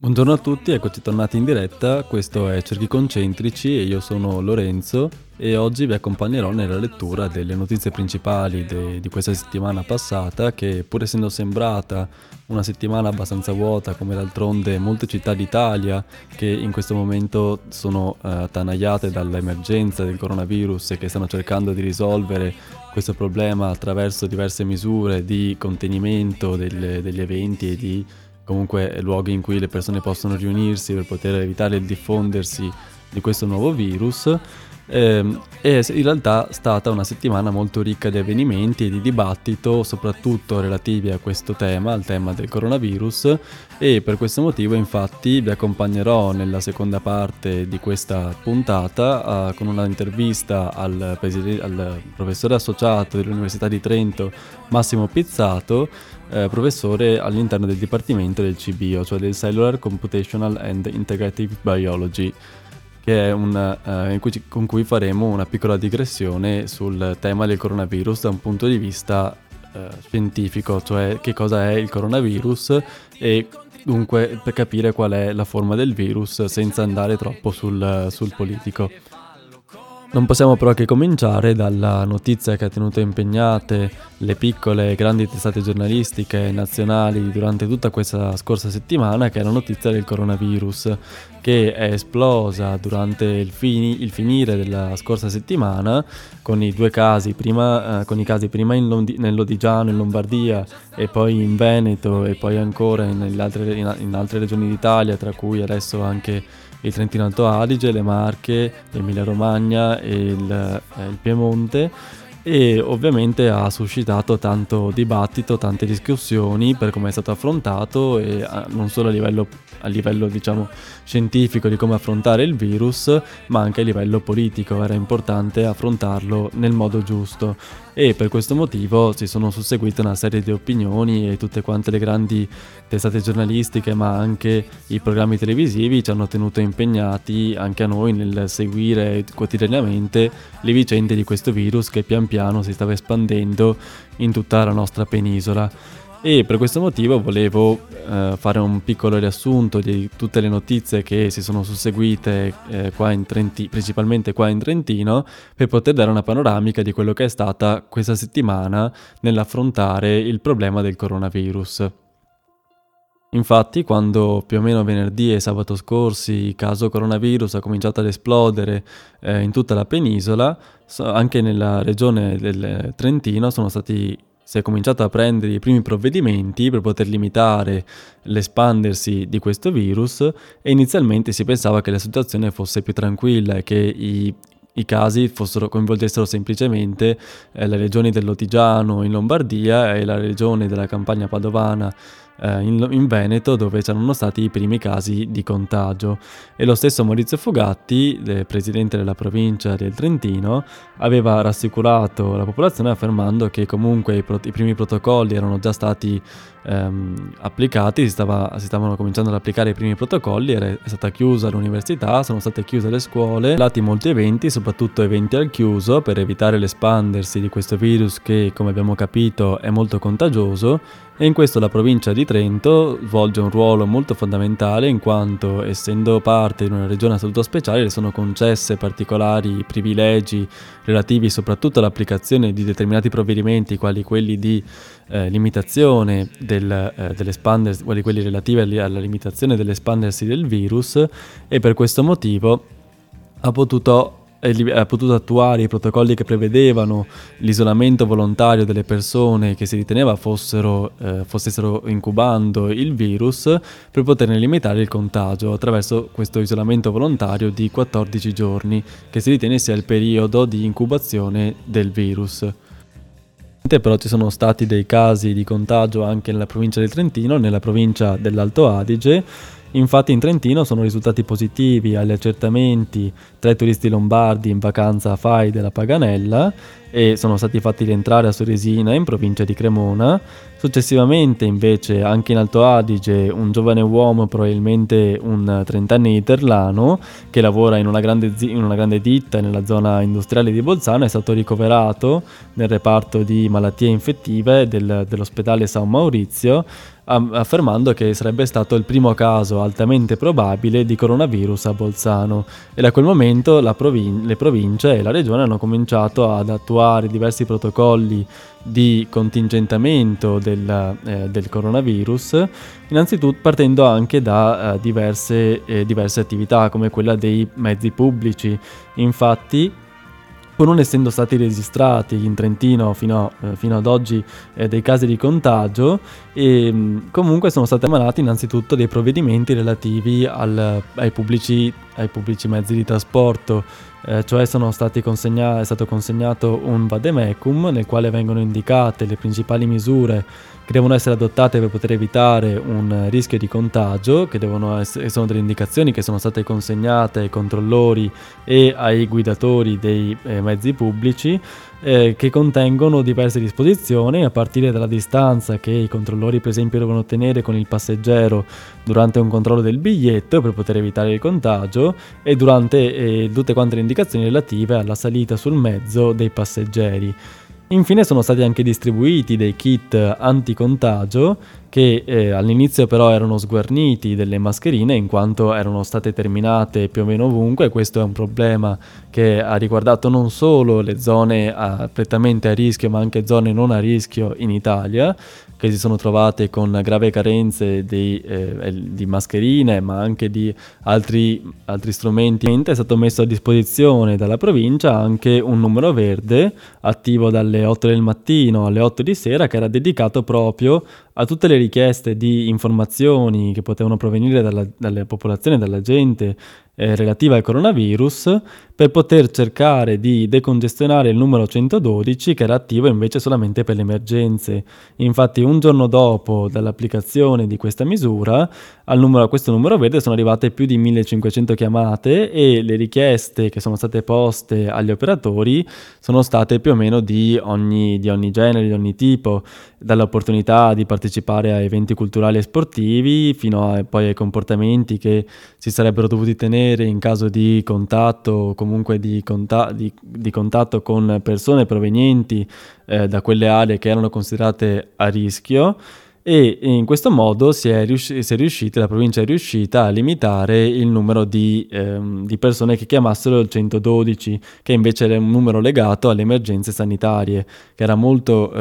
Buongiorno a tutti, eccoci tornati in diretta. Questo è Cerchi Concentrici e io sono Lorenzo e oggi vi accompagnerò nella lettura delle notizie principali di questa settimana passata, che pur essendo sembrata una settimana abbastanza vuota, come d'altronde molte città d'Italia che in questo momento sono attanagliate dall'emergenza del coronavirus e che stanno cercando di risolvere questo problema attraverso diverse misure di contenimento degli eventi e di comunque luoghi in cui le persone possono riunirsi per poter evitare il diffondersi di questo nuovo virus. In realtà è stata una settimana molto ricca di avvenimenti e di dibattito, soprattutto relativi a questo tema, al tema del coronavirus, e per questo motivo infatti vi accompagnerò nella seconda parte di questa puntata con una intervista al professore associato dell'Università di Trento, Massimo Pizzato, professore all'interno del dipartimento del CBIO, cioè del Cellular Computational and Integrative Biology, che è con cui faremo una piccola digressione sul tema del coronavirus da un punto di vista scientifico, cioè che cosa è il coronavirus e dunque per capire qual è la forma del virus senza andare troppo sul politico. Non possiamo però che cominciare dalla notizia che ha tenuto impegnate le piccole e grandi testate giornalistiche nazionali durante tutta questa scorsa settimana, che è la notizia del coronavirus, che è esplosa durante il finire della scorsa settimana con i due casi, prima nel Lodigiano in Lombardia e poi in Veneto e poi ancora in altre regioni d'Italia, tra cui adesso anche il Trentino Alto Adige, le Marche, l'Emilia Romagna e il Piemonte, e ovviamente ha suscitato tanto dibattito, tante discussioni per come è stato affrontato e non solo a livello diciamo scientifico di come affrontare il virus, ma anche a livello politico. Era importante affrontarlo nel modo giusto e per questo motivo si sono susseguite una serie di opinioni e tutte quante le grandi testate giornalistiche, ma anche i programmi televisivi ci hanno tenuto impegnati anche a noi nel seguire quotidianamente le vicende di questo virus che pian piano si stava espandendo in tutta la nostra penisola. E per questo motivo volevo fare un piccolo riassunto di tutte le notizie che si sono susseguite principalmente qua in Trentino, per poter dare una panoramica di quello che è stata questa settimana nell'affrontare il problema del coronavirus. Infatti, quando più o meno venerdì e sabato scorsi il caso coronavirus ha cominciato ad esplodere in tutta la penisola, anche nella regione del Trentino si è cominciato a prendere i primi provvedimenti per poter limitare l'espandersi di questo virus, e inizialmente si pensava che la situazione fosse più tranquilla e che i casi coinvolgessero semplicemente le regioni del Lodigiano in Lombardia e la regione della Campania Padovana in Veneto, dove c'erano stati i primi casi di contagio. E lo stesso Maurizio Fugatti, presidente della provincia del Trentino, aveva rassicurato la popolazione affermando che comunque i primi protocolli erano già stati applicati, si stavano cominciando ad applicare i primi protocolli, è stata chiusa l'università, sono state chiuse le scuole, molti eventi, soprattutto eventi al chiuso, per evitare l'espandersi di questo virus che, come abbiamo capito, è molto contagioso. E in questo la provincia di Trento svolge un ruolo molto fondamentale, in quanto, essendo parte di una regione a statuto speciale, le sono concesse particolari privilegi relativi soprattutto all'applicazione di determinati provvedimenti, quali quelli di limitazione dell'espandersi, quali quelli relativi alla limitazione dell'espandersi del virus, e per questo motivo ha potuto attuare i protocolli che prevedevano l'isolamento volontario delle persone che si riteneva fossero incubando il virus, per poterne limitare il contagio attraverso questo isolamento volontario di 14 giorni, che si ritiene sia il periodo di incubazione del virus. Però ci sono stati dei casi di contagio anche nella provincia del Trentino, nella provincia dell'Alto Adige. Infatti in Trentino sono risultati positivi agli accertamenti 3 turisti lombardi in vacanza a Fai della Paganella e sono stati fatti rientrare a Soresina in provincia di Cremona. Successivamente invece anche in Alto Adige un giovane uomo, probabilmente un 30enne di Terlano, che lavora in una grande ditta nella zona industriale di Bolzano, è stato ricoverato nel reparto di malattie infettive dell'ospedale San Maurizio affermando che sarebbe stato il primo caso altamente probabile di coronavirus a Bolzano, e da quel momento le province e la regione hanno cominciato ad attuare diversi protocolli di contingentamento del coronavirus, innanzitutto partendo anche da diverse attività come quella dei mezzi pubblici. Infatti, pur non essendo stati registrati in Trentino fino ad oggi dei casi di contagio, comunque sono stati emanati innanzitutto dei provvedimenti relativi ai pubblici mezzi di trasporto, cioè è stato consegnato un vademecum nel quale vengono indicate le principali misure che devono essere adottate per poter evitare un rischio di contagio, che sono delle indicazioni che sono state consegnate ai controllori e ai guidatori dei mezzi pubblici, che contengono diverse disposizioni, a partire dalla distanza che i controllori per esempio devono tenere con il passeggero durante un controllo del biglietto per poter evitare il contagio, e durante tutte quante le indicazioni relative alla salita sul mezzo dei passeggeri. Infine sono stati anche distribuiti dei kit anticontagio che all'inizio però erano sguarniti delle mascherine in quanto erano state terminate più o meno ovunque. Questo è un problema che ha riguardato non solo le zone prettamente a rischio ma anche zone non a rischio in Italia, che si sono trovate con grave carenze di mascherine ma anche di altri strumenti. È stato messo a disposizione dalla provincia anche un numero verde attivo dalle 8 del mattino alle 8 di sera, che era dedicato proprio a tutte le richieste di informazioni che potevano provenire dalla popolazione, dalla gente, relativa al coronavirus, per poter cercare di decongestionare il numero 112, che era attivo invece solamente per le emergenze. Infatti un giorno dopo dall'applicazione di questa misura a questo numero verde sono arrivate più di 1500 chiamate, e le richieste che sono state poste agli operatori sono state più o meno di ogni genere, di ogni tipo, dall'opportunità di partecipare a eventi culturali e sportivi fino poi ai comportamenti che si sarebbero dovuti tenere in caso di contatto o comunque di contatto con persone provenienti da quelle aree che erano considerate a rischio. E in questo modo la provincia è riuscita a limitare il numero di persone che chiamassero il 112, che invece era un numero legato alle emergenze sanitarie, che era molto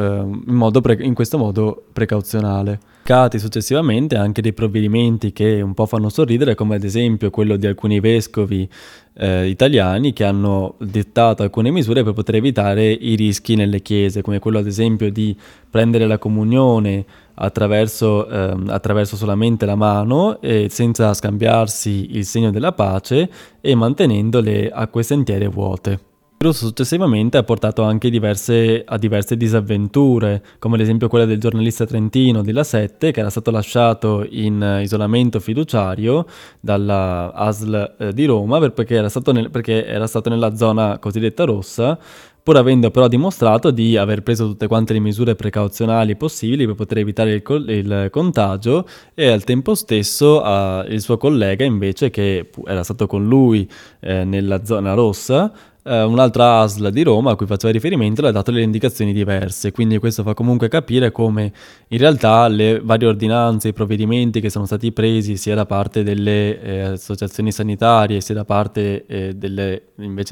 in questo modo precauzionale. Successivamente anche dei provvedimenti che un po' fanno sorridere, come ad esempio quello di alcuni vescovi italiani che hanno dettato alcune misure per poter evitare i rischi nelle chiese, come quello ad esempio di prendere la comunione attraverso solamente la mano e senza scambiarsi il segno della pace, e mantenendo le acque sentiere vuote. Il virus successivamente ha portato anche a diverse disavventure, come ad esempio quella del giornalista trentino di La 7, che era stato lasciato in isolamento fiduciario dalla ASL di Roma perché era stato nella zona cosiddetta rossa, pur avendo però dimostrato di aver preso tutte quante le misure precauzionali possibili per poter evitare il contagio, e al tempo stesso il suo collega invece, che era stato con lui nella zona rossa, un'altra ASL di Roma a cui faceva riferimento, le ha dato delle indicazioni diverse. Quindi questo fa comunque capire come in realtà le varie ordinanze, i provvedimenti che sono stati presi sia da parte delle associazioni sanitarie sia da parte delle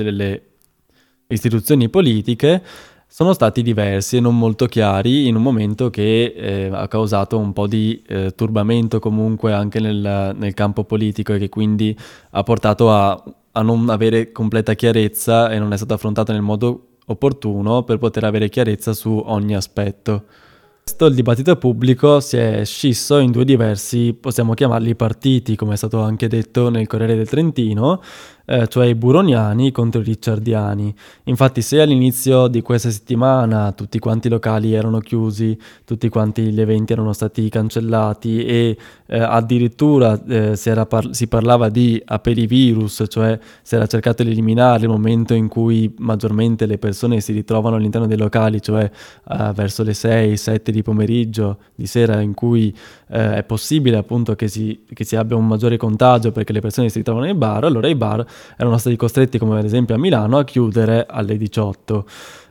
istituzioni politiche sono stati diversi e non molto chiari, in un momento che ha causato un po' di turbamento comunque anche nel campo politico, e che quindi ha portato a non avere completa chiarezza, e non è stato affrontato nel modo opportuno per poter avere chiarezza su ogni aspetto. Il dibattito pubblico si è scisso in due diversi, possiamo chiamarli partiti, come è stato anche detto nel Corriere del Trentino, cioè i buroniani contro i ricciardiani. Infatti, se all'inizio di questa settimana tutti quanti i locali erano chiusi, tutti quanti gli eventi erano stati cancellati, e addirittura si parlava di aperivirus, cioè si era cercato di eliminare il momento in cui maggiormente le persone si ritrovano all'interno dei locali, cioè verso le 6-7 di pomeriggio, di sera, in cui è possibile appunto che si abbia un maggiore contagio perché le persone si ritrovano nei bar. Allora i bar erano stati costretti, come ad esempio a Milano, a chiudere alle 18.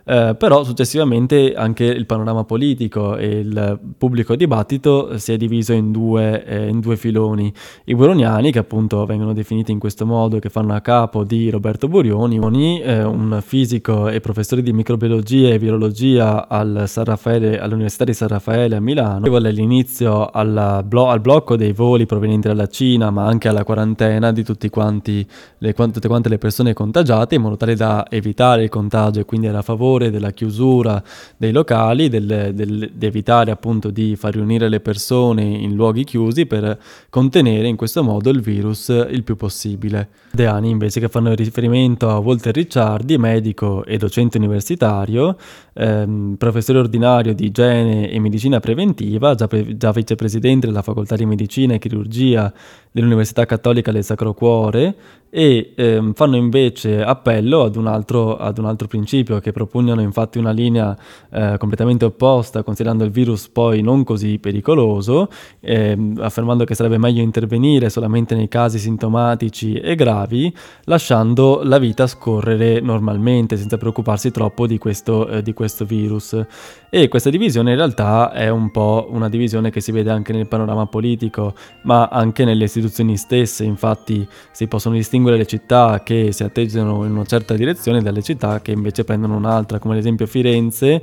però successivamente anche il panorama politico e il pubblico dibattito si è diviso in due filoni. I buroniani, che appunto vengono definiti in questo modo, che fanno a capo di Roberto Burioni, un fisico e professore di microbiologia e virologia all'Università di San Raffaele a Milano, che vuole l'inizio al blocco dei voli provenienti dalla Cina, ma anche alla quarantena di tutte quante le persone contagiate, in modo tale da evitare il contagio, e quindi era a favore della chiusura dei locali, di evitare appunto di far riunire le persone in luoghi chiusi per contenere in questo modo il virus il più possibile. Deani invece, che fanno riferimento a Walter Ricciardi, medico e docente universitario, professore ordinario di igiene e medicina preventiva, già vicepresidente della facoltà di medicina e chirurgia dell'Università Cattolica del Sacro Cuore, e fanno invece appello ad un altro principio, che propugnano infatti una linea completamente opposta, considerando il virus poi non così pericoloso, affermando che sarebbe meglio intervenire solamente nei casi sintomatici e gravi, lasciando la vita scorrere normalmente senza preoccuparsi troppo di questo virus. E questa divisione in realtà è un po' una divisione che si vede anche nel panorama politico, ma anche nelle istituzioni stesse. Infatti si possono distinguere le città che si atteggiano in una certa direzione dalle città che invece prendono un'altra, come ad esempio Firenze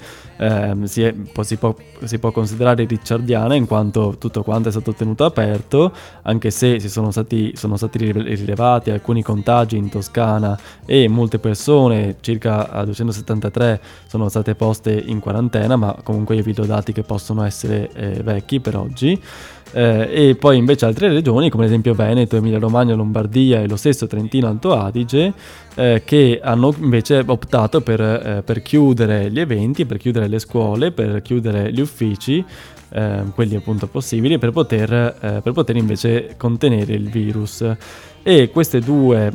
si può considerare ricciardiana, in quanto tutto quanto è stato tenuto aperto, anche se sono stati rilevati alcuni contagi in Toscana e molte persone, circa 273, sono state poste in quarantena, ma comunque io vi do dati che possono essere vecchi per oggi. E poi invece altre regioni, come ad esempio Veneto, Emilia Romagna, Lombardia e lo stesso Trentino Alto Adige, che hanno invece optato per chiudere gli eventi, per chiudere le scuole, per chiudere gli uffici, quelli appunto possibili, per poter invece contenere il virus. E queste due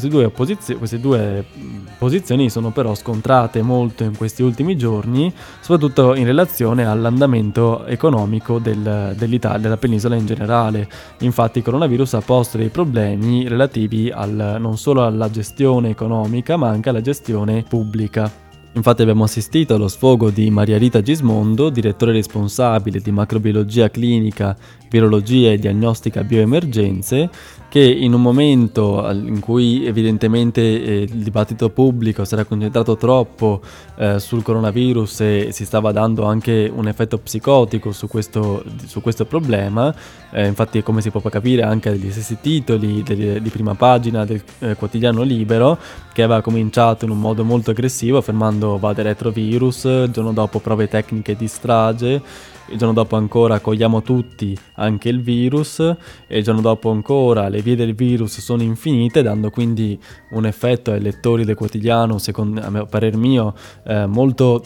posizioni sono però scontrate molto in questi ultimi giorni, soprattutto in relazione all'andamento economico dell'Italia, della penisola in generale. Infatti il coronavirus ha posto dei problemi relativi non solo alla gestione economica, ma anche alla gestione pubblica. Infatti abbiamo assistito allo sfogo di Maria Rita Gismondo, direttore responsabile di macrobiologia clinica, virologia e diagnostica bioemergenze, che in un momento in cui evidentemente il dibattito pubblico si era concentrato troppo sul coronavirus e si stava dando anche un effetto psicotico su questo problema, infatti come si può capire anche dagli stessi titoli di prima pagina del quotidiano Libero, che aveva cominciato in un modo molto aggressivo affermando vade retrovirus, il giorno dopo prove tecniche di strage, il giorno dopo ancora cogliamo tutti anche il virus, e il giorno dopo ancora le vie del virus sono infinite, dando quindi un effetto ai lettori del quotidiano, secondo a parer mio, molto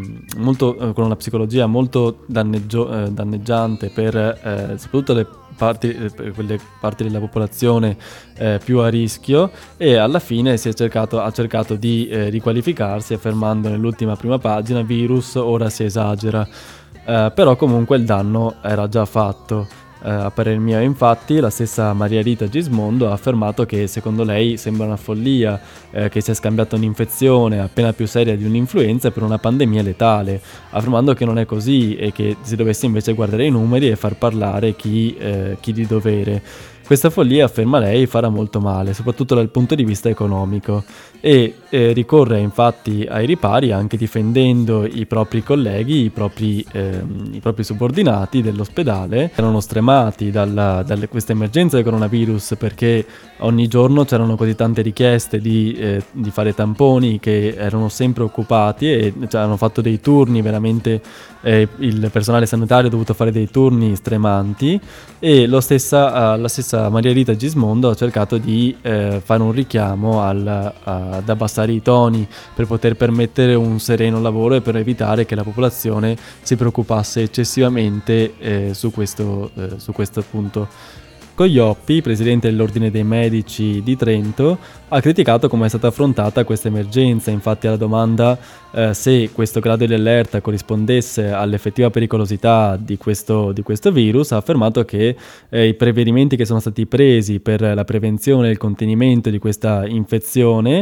con una psicologia molto danneggiante per soprattutto quelle parti della popolazione più a rischio, e alla fine ha cercato di riqualificarsi affermando nell'ultima prima pagina virus ora si esagera. Però comunque il danno era già fatto. A parer mio, infatti, la stessa Maria Rita Gismondo ha affermato che secondo lei sembra una follia che sia scambiata un'infezione appena più seria di un'influenza per una pandemia letale, affermando che non è così e che si dovesse invece guardare i numeri e far parlare chi di dovere. Questa follia, afferma lei, farà molto male, soprattutto dal punto di vista economico, e ricorre infatti ai ripari anche difendendo i propri colleghi, i propri subordinati dell'ospedale, che erano stremati da questa emergenza del coronavirus, perché ogni giorno c'erano così tante richieste di fare tamponi che erano sempre occupati, e hanno fatto dei turni veramente, il personale sanitario ha dovuto fare dei turni stremanti, e la stessa Maria Rita Gismondo ha cercato di fare un richiamo ad abbassare i toni per poter permettere un sereno lavoro e per evitare che la popolazione si preoccupasse eccessivamente su questo punto. Coglioppi, presidente dell'Ordine dei Medici di Trento, ha criticato come è stata affrontata questa emergenza. Infatti, alla domanda se questo grado di allerta corrispondesse all'effettiva pericolosità di questo virus, ha affermato che i prevenimenti che sono stati presi per la prevenzione e il contenimento di questa infezione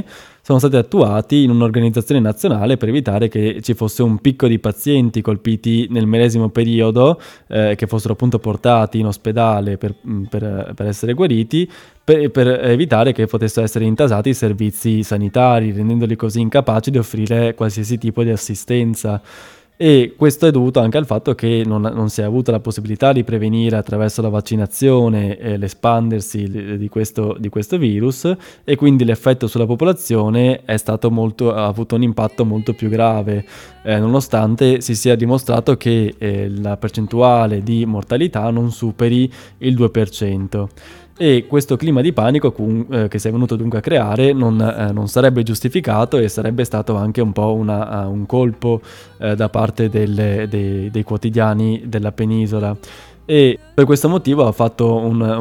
sono stati attuati in un'organizzazione nazionale per evitare che ci fosse un picco di pazienti colpiti nel medesimo periodo, che fossero appunto portati in ospedale per essere guariti, per evitare che potessero essere intasati i servizi sanitari, rendendoli così incapaci di offrire qualsiasi tipo di assistenza. E questo è dovuto anche al fatto che non si è avuta la possibilità di prevenire attraverso la vaccinazione l'espandersi di questo virus, e quindi l'effetto sulla popolazione ha avuto un impatto molto più grave, nonostante si sia dimostrato che la percentuale di mortalità non superi il 2%. E questo clima di panico che si è venuto dunque a creare non sarebbe giustificato, e sarebbe stato anche un po' un colpo da parte dei quotidiani della penisola. E per questo motivo ha fatto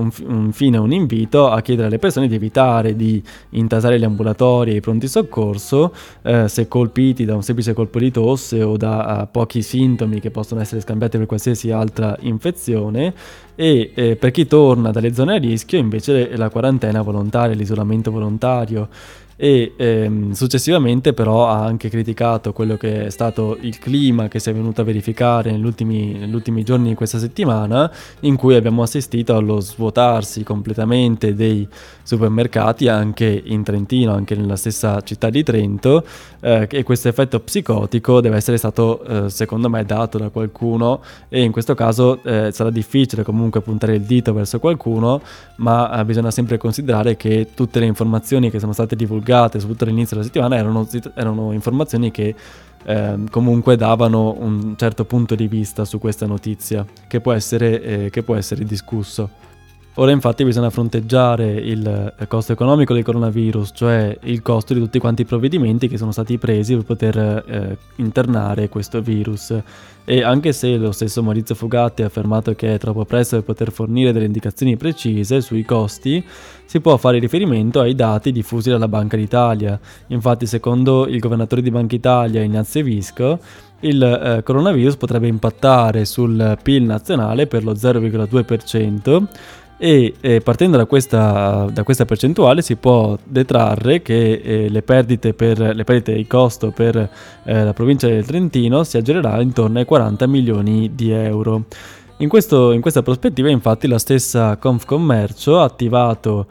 un invito a chiedere alle persone di evitare di intasare gli ambulatori e i pronti soccorso se colpiti da un semplice colpo di tosse o da pochi sintomi che possono essere scambiati per qualsiasi altra infezione, e per chi torna dalle zone a rischio invece la quarantena volontaria, l'isolamento volontario. E successivamente però ha anche criticato quello che è stato il clima che si è venuto a verificare negli ultimi giorni di questa settimana, in cui abbiamo assistito allo svuotarsi completamente dei supermercati anche in Trentino, anche nella stessa città di Trento, e questo effetto psicotico deve essere stato secondo me dato da qualcuno, e in questo caso sarà difficile comunque puntare il dito verso qualcuno, ma bisogna sempre considerare che tutte le informazioni che sono state divulgate soprattutto all'inizio della settimana erano informazioni che comunque davano un certo punto di vista su questa notizia che può essere discusso. Ora infatti bisogna fronteggiare il costo economico del coronavirus, cioè il costo di tutti quanti i provvedimenti che sono stati presi per poter internare questo virus. E anche se lo stesso Maurizio Fugatti ha affermato che è troppo presto per poter fornire delle indicazioni precise sui costi, si può fare riferimento ai dati diffusi dalla Banca d'Italia. Infatti, secondo il governatore di Banca Italia, Ignazio Visco, il coronavirus potrebbe impattare sul PIL nazionale per lo 0,2%, e partendo da questa percentuale si può detrarre che le perdite di costo per la provincia del Trentino si aggireranno intorno ai 40 milioni di euro. In questa prospettiva, infatti, la stessa Confcommercio ha attivato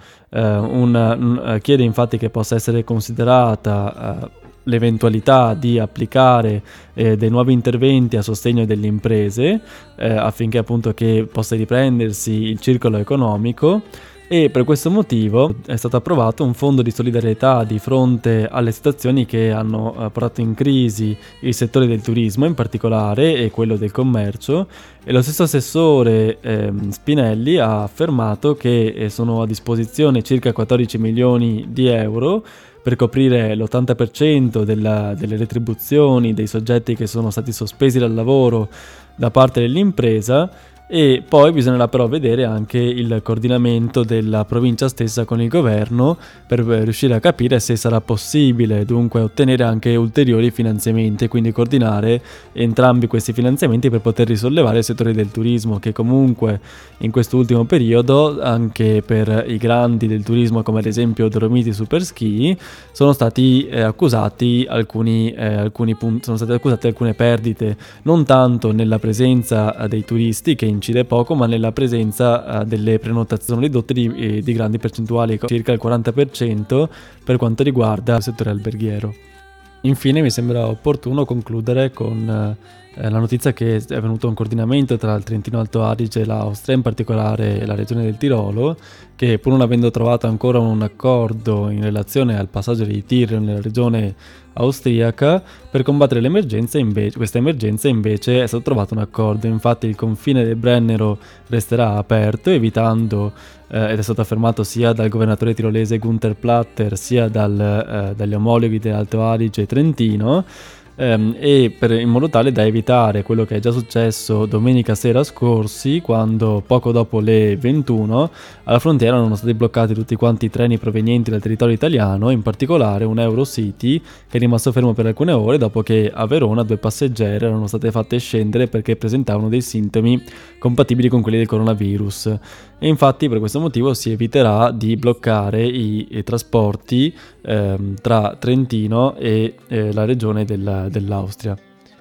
chiede infatti che possa essere considerata l'eventualità di applicare dei nuovi interventi a sostegno delle imprese affinché appunto che possa riprendersi il circolo economico, e per questo motivo è stato approvato un fondo di solidarietà di fronte alle situazioni che hanno portato in crisi il settore del turismo in particolare e quello del commercio, e lo stesso assessore Spinelli ha affermato che sono a disposizione circa 14 milioni di euro per coprire l'80% delle retribuzioni dei soggetti che sono stati sospesi dal lavoro da parte dell'impresa. E poi bisognerà però vedere anche il coordinamento della provincia stessa con il governo per riuscire a capire se sarà possibile dunque ottenere anche ulteriori finanziamenti, quindi coordinare entrambi questi finanziamenti per poter risollevare il settore del turismo, che comunque in quest'ultimo periodo anche per i grandi del turismo come ad esempio Dolomiti Superski sono stati accusati alcune perdite, non tanto nella presenza dei turisti, che incide poco, ma nella presenza delle prenotazioni ridotte di grandi percentuali, circa il 40% per quanto riguarda il settore alberghiero. Infine mi sembra opportuno concludere con la notizia che è venuto un coordinamento tra il Trentino Alto Adige e l'Austria, in particolare la regione del Tirolo, che pur non avendo trovato ancora un accordo in relazione al passaggio dei Tir nella regione austriaca, per combattere questa emergenza invece è stato trovato un accordo. Infatti il confine del Brennero resterà aperto, evitando, ed è stato affermato sia dal governatore tirolese Günther Platter sia dagli omologhi dell'Alto Adige e Trentino, in modo tale da evitare quello che è già successo domenica sera scorsi, quando poco dopo le 21 alla frontiera erano stati bloccati tutti quanti i treni provenienti dal territorio italiano, in particolare un Eurocity che è rimasto fermo per alcune ore dopo che a Verona 2 passeggere erano state fatte scendere perché presentavano dei sintomi compatibili con quelli del coronavirus. E infatti per questo motivo si eviterà di bloccare i trasporti tra Trentino e la regione dell'Austria.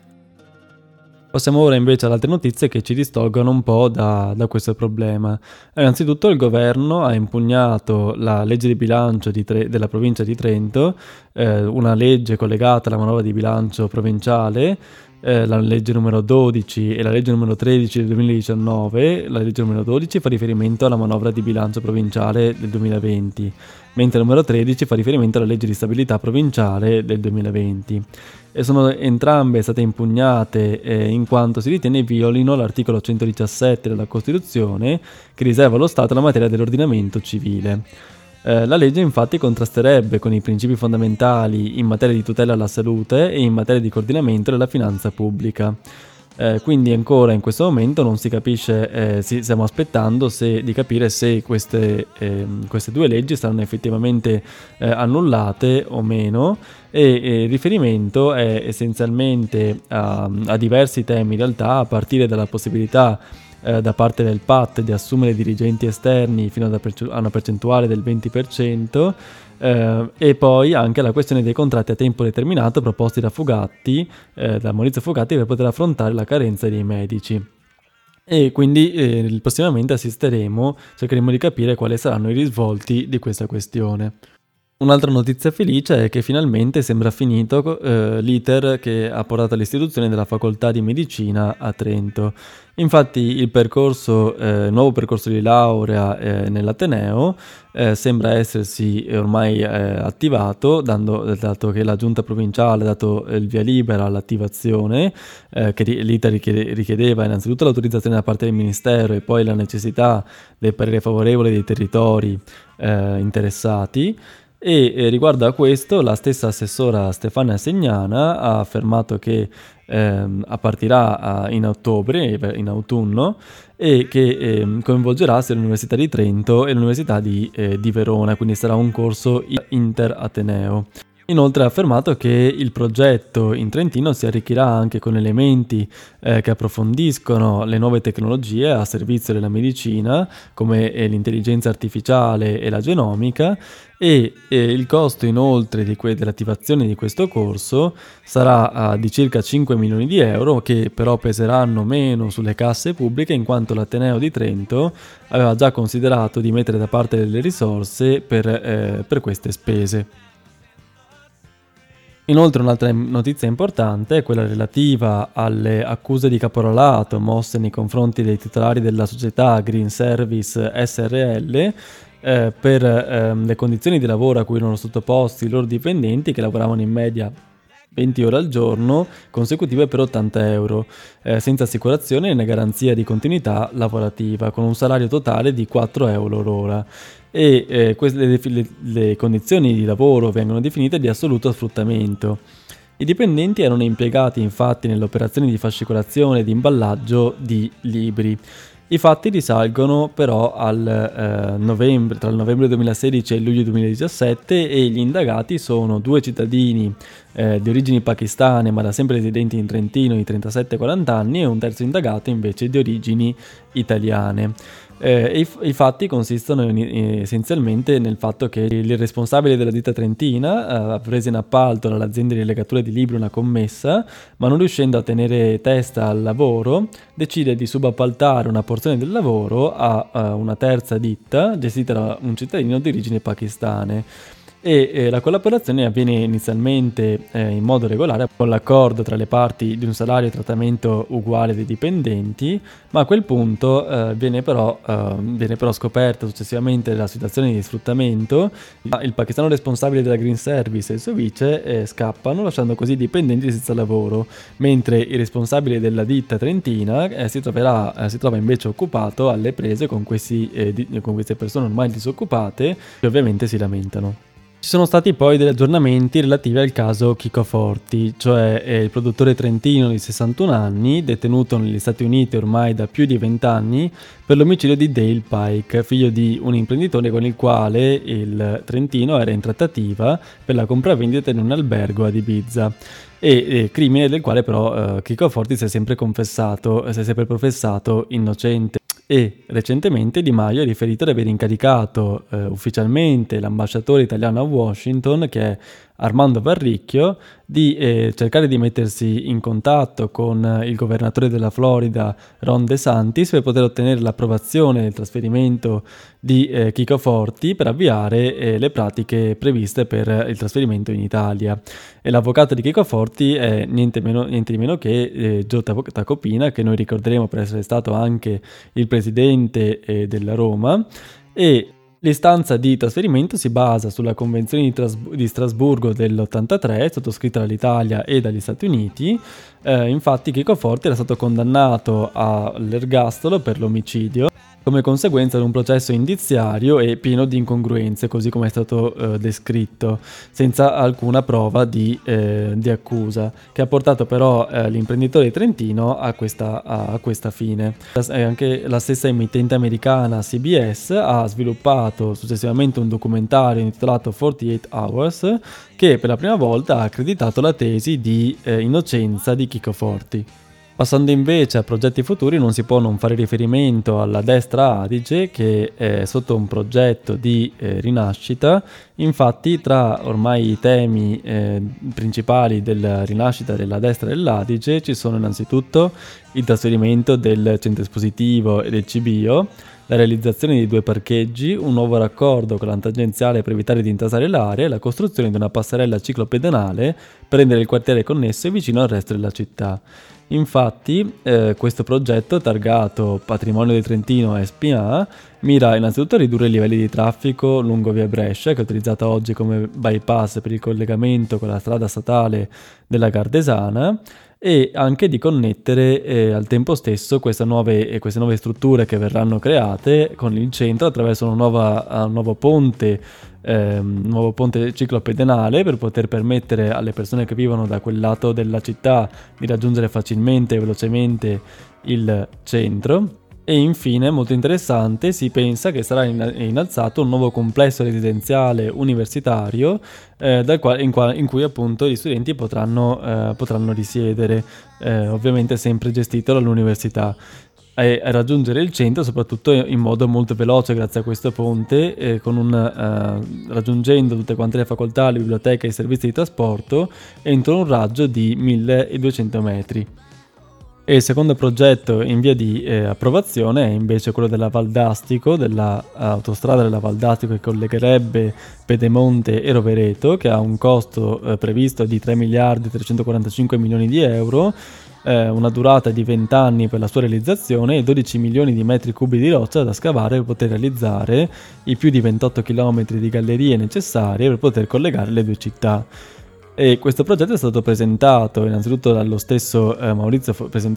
Passiamo ora invece ad altre notizie che ci distolgono un po' da questo problema. Innanzitutto il governo ha impugnato la legge di bilancio della provincia di Trento, una legge collegata alla manovra di bilancio provinciale, la legge numero 12 e la legge numero 13 del 2019. La legge numero 12 fa riferimento alla manovra di bilancio provinciale del 2020, mentre il numero 13 fa riferimento alla legge di stabilità provinciale del 2020. E sono entrambe state impugnate in quanto si ritiene violino l'articolo 117 della Costituzione, che riserva allo Stato la materia dell'ordinamento civile. La legge infatti contrasterebbe con i principi fondamentali in materia di tutela alla salute e in materia di coordinamento della finanza pubblica. Quindi ancora in questo momento non si capisce, stiamo aspettando di capire se queste 2 leggi saranno effettivamente annullate o meno, e il riferimento è essenzialmente a diversi temi in realtà, a partire dalla possibilità da parte del PAT di assumere dirigenti esterni fino a una percentuale del 20%, e poi anche la questione dei contratti a tempo determinato proposti da Maurizio Fugatti, per poter affrontare la carenza dei medici. E quindi prossimamente cercheremo di capire quali saranno i risvolti di questa questione. Un'altra notizia felice è che finalmente sembra finito l'iter che ha portato all'istituzione della facoltà di medicina a Trento. Infatti il nuovo percorso di laurea nell'Ateneo sembra essersi ormai attivato, dato che la giunta provinciale ha dato il via libera all'attivazione, che l'iter richiedeva innanzitutto l'autorizzazione da parte del Ministero e poi la necessità del parere favorevole dei territori interessati. E riguardo a questo, la stessa assessora Stefania Segnana ha affermato che partirà in ottobre, in autunno, e che coinvolgerà sia l'Università di Trento e l'Università di Verona, quindi sarà un corso interateneo. Inoltre ha affermato che il progetto in Trentino si arricchirà anche con elementi che approfondiscono le nuove tecnologie a servizio della medicina, come l'intelligenza artificiale e la genomica, e il costo inoltre dell'attivazione di questo corso sarà di circa 5 milioni di euro, che però peseranno meno sulle casse pubbliche, in quanto l'Ateneo di Trento aveva già considerato di mettere da parte delle risorse per queste spese. Inoltre un'altra notizia importante è quella relativa alle accuse di caporalato mosse nei confronti dei titolari della società Green Service SRL per le condizioni di lavoro a cui erano sottoposti i loro dipendenti, che lavoravano in media 20 ore al giorno consecutive per 80 euro, senza assicurazione né garanzia di continuità lavorativa, con un salario totale di 4 euro l'ora. E le condizioni di lavoro vengono definite di assoluto sfruttamento. I dipendenti erano impiegati infatti nelle operazioni di fascicolazione e di imballaggio di libri. I fatti risalgono però tra il novembre 2016 e il luglio 2017, e gli indagati sono 2 cittadini di origini pakistane ma da sempre residenti in Trentino di 37-40 anni, e un terzo indagato invece di origini italiane. I fatti consistono essenzialmente nel fatto che il responsabile della ditta trentina ha preso in appalto dall'azienda di legatura di libri una commessa, ma non riuscendo a tenere testa al lavoro, decide di subappaltare una porzione del lavoro a una terza ditta gestita da un cittadino di origini pakistane. E la collaborazione avviene inizialmente in modo regolare, con l'accordo tra le parti di un salario e trattamento uguale dei dipendenti, ma a quel punto viene però scoperta successivamente la situazione di sfruttamento. Il pakistano responsabile della Green Service e il suo vice scappano, lasciando così i dipendenti senza lavoro, mentre il responsabile della ditta trentina si trova invece occupato alle prese con queste persone ormai disoccupate, che ovviamente si lamentano. Ci sono stati poi degli aggiornamenti relativi al caso Chico Forti, cioè il produttore trentino di 61 anni, detenuto negli Stati Uniti ormai da più di 20 anni per l'omicidio di Dale Pike, figlio di un imprenditore con il quale il trentino era in trattativa per la compravendita in un albergo ad Ibiza. Crimine del quale però Chico Forti si è sempre professato innocente. E recentemente Di Maio ha riferito di aver incaricato ufficialmente l'ambasciatore italiano a Washington, che è Armando Varricchio, di cercare di mettersi in contatto con il governatore della Florida, Ron DeSantis, per poter ottenere l'approvazione del trasferimento di Chico Forti per avviare le pratiche previste per il trasferimento in Italia. E l'avvocato di Chico Forti è niente di meno che Joe Tacopina, che noi ricorderemo per essere stato anche il presidente della Roma, e l'istanza di trasferimento si basa sulla Convenzione di Strasburgo dell'83, sottoscritta dall'Italia e dagli Stati Uniti. Infatti Chico Forti era stato condannato all'ergastolo per l'omicidio come conseguenza di un processo indiziario e pieno di incongruenze, così come è stato descritto, senza alcuna prova di accusa, che ha portato però l'imprenditore trentino a questa fine. Anche la stessa emittente americana CBS ha sviluppato successivamente un documentario intitolato 48 Hours, che per la prima volta ha accreditato la tesi di innocenza di Chico Forti. Passando invece a progetti futuri, non si può non fare riferimento alla Destra Adige, che è sotto un progetto di rinascita. Infatti, tra ormai i temi principali della rinascita della Destra dell'Adige ci sono innanzitutto il trasferimento del centro espositivo e del CBIO, la realizzazione di 2 parcheggi, un nuovo raccordo con la tangenziale per evitare di intasare l'area e la costruzione di una passerella ciclopedonale per rendere il quartiere connesso e vicino al resto della città. Infatti, questo progetto, targato Patrimonio del Trentino SpA, mira innanzitutto a ridurre i livelli di traffico lungo via Brescia, che è utilizzata oggi come bypass per il collegamento con la strada statale della Gardesana, e anche di connettere al tempo stesso queste nuove strutture che verranno create con il centro attraverso un nuovo ponte ciclopedonale, per poter permettere alle persone che vivono da quel lato della città di raggiungere facilmente e velocemente il centro. E infine, molto interessante, si pensa che sarà innalzato un nuovo complesso residenziale universitario in cui appunto gli studenti potranno risiedere, ovviamente sempre gestito dall'università, e raggiungere il centro soprattutto in modo molto veloce grazie a questo ponte, raggiungendo tutte quante le facoltà, le biblioteche e i servizi di trasporto entro un raggio di 1200 metri. E il secondo progetto in via di approvazione è invece quello della Valdastico, dell'autostrada della Valdastico, che collegherebbe Pedemonte e Rovereto, che ha un costo previsto di 3 miliardi 345 milioni di euro, una durata di 20 anni per la sua realizzazione e 12 milioni di metri cubi di roccia da scavare per poter realizzare i più di 28 chilometri di gallerie necessarie per poter collegare le due città. E questo progetto è stato presentato innanzitutto dallo stesso Maurizio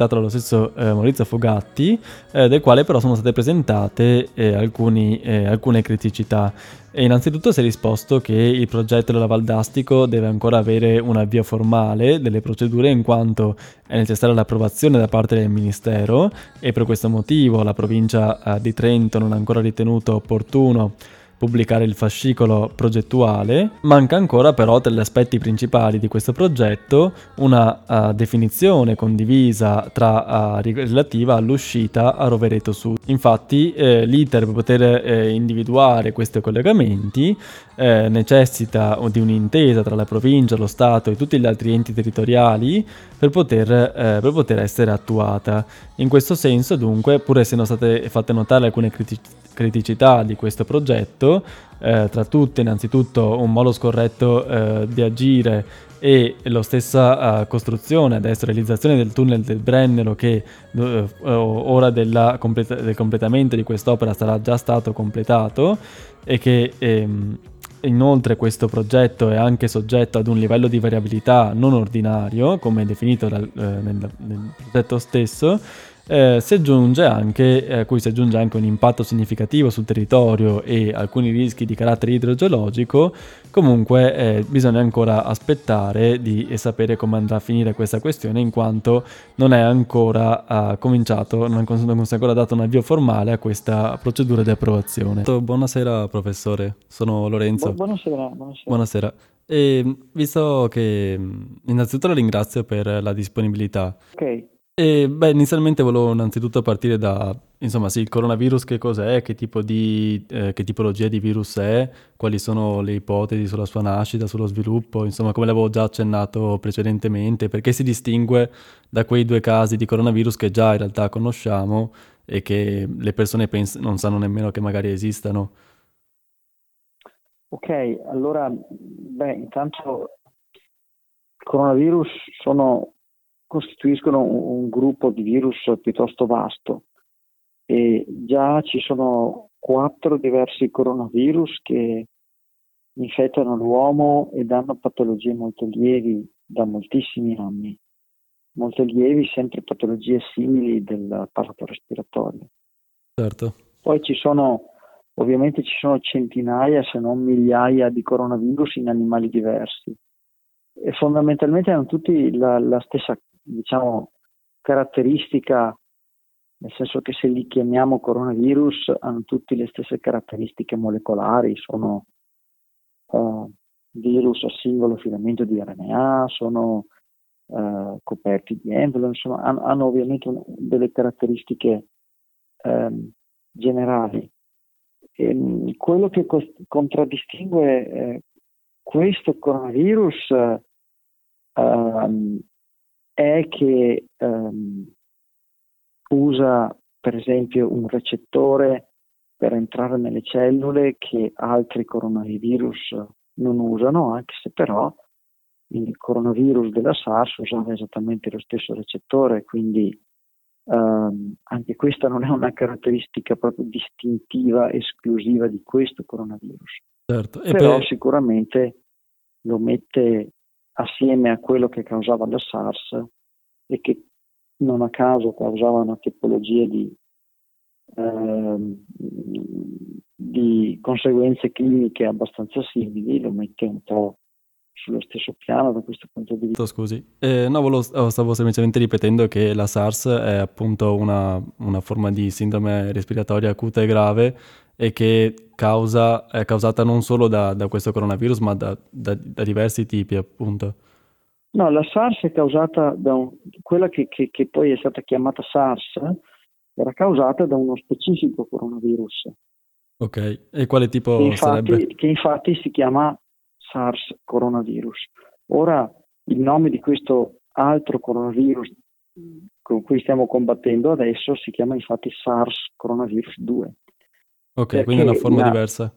Fogatti, del quale però sono state presentate alcune criticità. E innanzitutto si è risposto che il progetto della Valdastico deve ancora avere un avvio formale delle procedure, in quanto è necessaria l'approvazione da parte del Ministero, e per questo motivo la provincia di Trento non ha ancora ritenuto opportuno pubblicare il fascicolo progettuale. Manca ancora però, tra gli aspetti principali di questo progetto, una definizione condivisa relativa all'uscita a Rovereto Sud. Infatti l'iter per poter individuare questi collegamenti necessita di un'intesa tra la provincia, lo Stato e tutti gli altri enti territoriali per poter essere attuata. In questo senso, dunque, pur essendo state fatte notare alcune criticità di questo progetto, tra tutte innanzitutto un modo scorretto di agire e la stessa costruzione, adesso realizzazione del tunnel del Brennero, che ora del completamento di quest'opera sarà già stato completato, e che inoltre questo progetto è anche soggetto ad un livello di variabilità non ordinario, come definito nel progetto stesso, a cui si aggiunge anche un impatto significativo sul territorio e alcuni rischi di carattere idrogeologico, comunque bisogna ancora aspettare e sapere come andrà a finire questa questione, in quanto non è ancora cominciato, non si è ancora dato un avvio formale a questa procedura di approvazione. Buonasera professore, sono Lorenzo. Buonasera, buonasera. Buonasera. E visto che innanzitutto la ringrazio per la disponibilità. Ok, Inizialmente volevo innanzitutto partire da, insomma, sì, il coronavirus che cos'è, che tipologia di virus è, quali sono le ipotesi sulla sua nascita, sullo sviluppo, insomma, come l'avevo già accennato precedentemente, perché si distingue da quei due casi di coronavirus che già in realtà conosciamo e che le persone non sanno nemmeno che magari esistano. ok, allora, intanto il coronavirus costituiscono un gruppo di virus piuttosto vasto e già ci sono 4 diversi coronavirus che infettano l'uomo e danno patologie molto lievi da moltissimi anni, molto lievi, sempre patologie simili del apparato respiratorio. Certo, Poi ovviamente ci sono centinaia, se non migliaia di coronavirus in animali diversi e fondamentalmente hanno tutti la stessa, diciamo, caratteristica, nel senso che se li chiamiamo coronavirus hanno tutti le stesse caratteristiche molecolari, sono virus a singolo filamento di RNA, sono coperti di envelop, insomma hanno ovviamente delle caratteristiche generali. Quello che contraddistingue questo coronavirus è che usa per esempio un recettore per entrare nelle cellule che altri coronavirus non usano, anche se però il coronavirus della SARS usava esattamente lo stesso recettore, quindi anche questa non è una caratteristica proprio distintiva, esclusiva di questo coronavirus, certo. però sicuramente lo mette assieme a quello che causava la SARS e che non a caso causava una tipologia di conseguenze cliniche abbastanza simili, lo mette un po' sullo stesso piano da questo punto di vista. Scusi. No, stavo semplicemente ripetendo che la SARS è appunto una forma di sindrome respiratoria acuta e grave e che è causata non solo da questo coronavirus, ma da diversi tipi, appunto. No, la SARS è causata quella che poi è stata chiamata SARS, era causata da uno specifico coronavirus. Ok, e quale tipo sarebbe? Che infatti si chiama SARS coronavirus. Ora il nome di questo altro coronavirus con cui stiamo combattendo adesso si chiama infatti SARS coronavirus 2. Ok, quindi è una Perché forma diversa.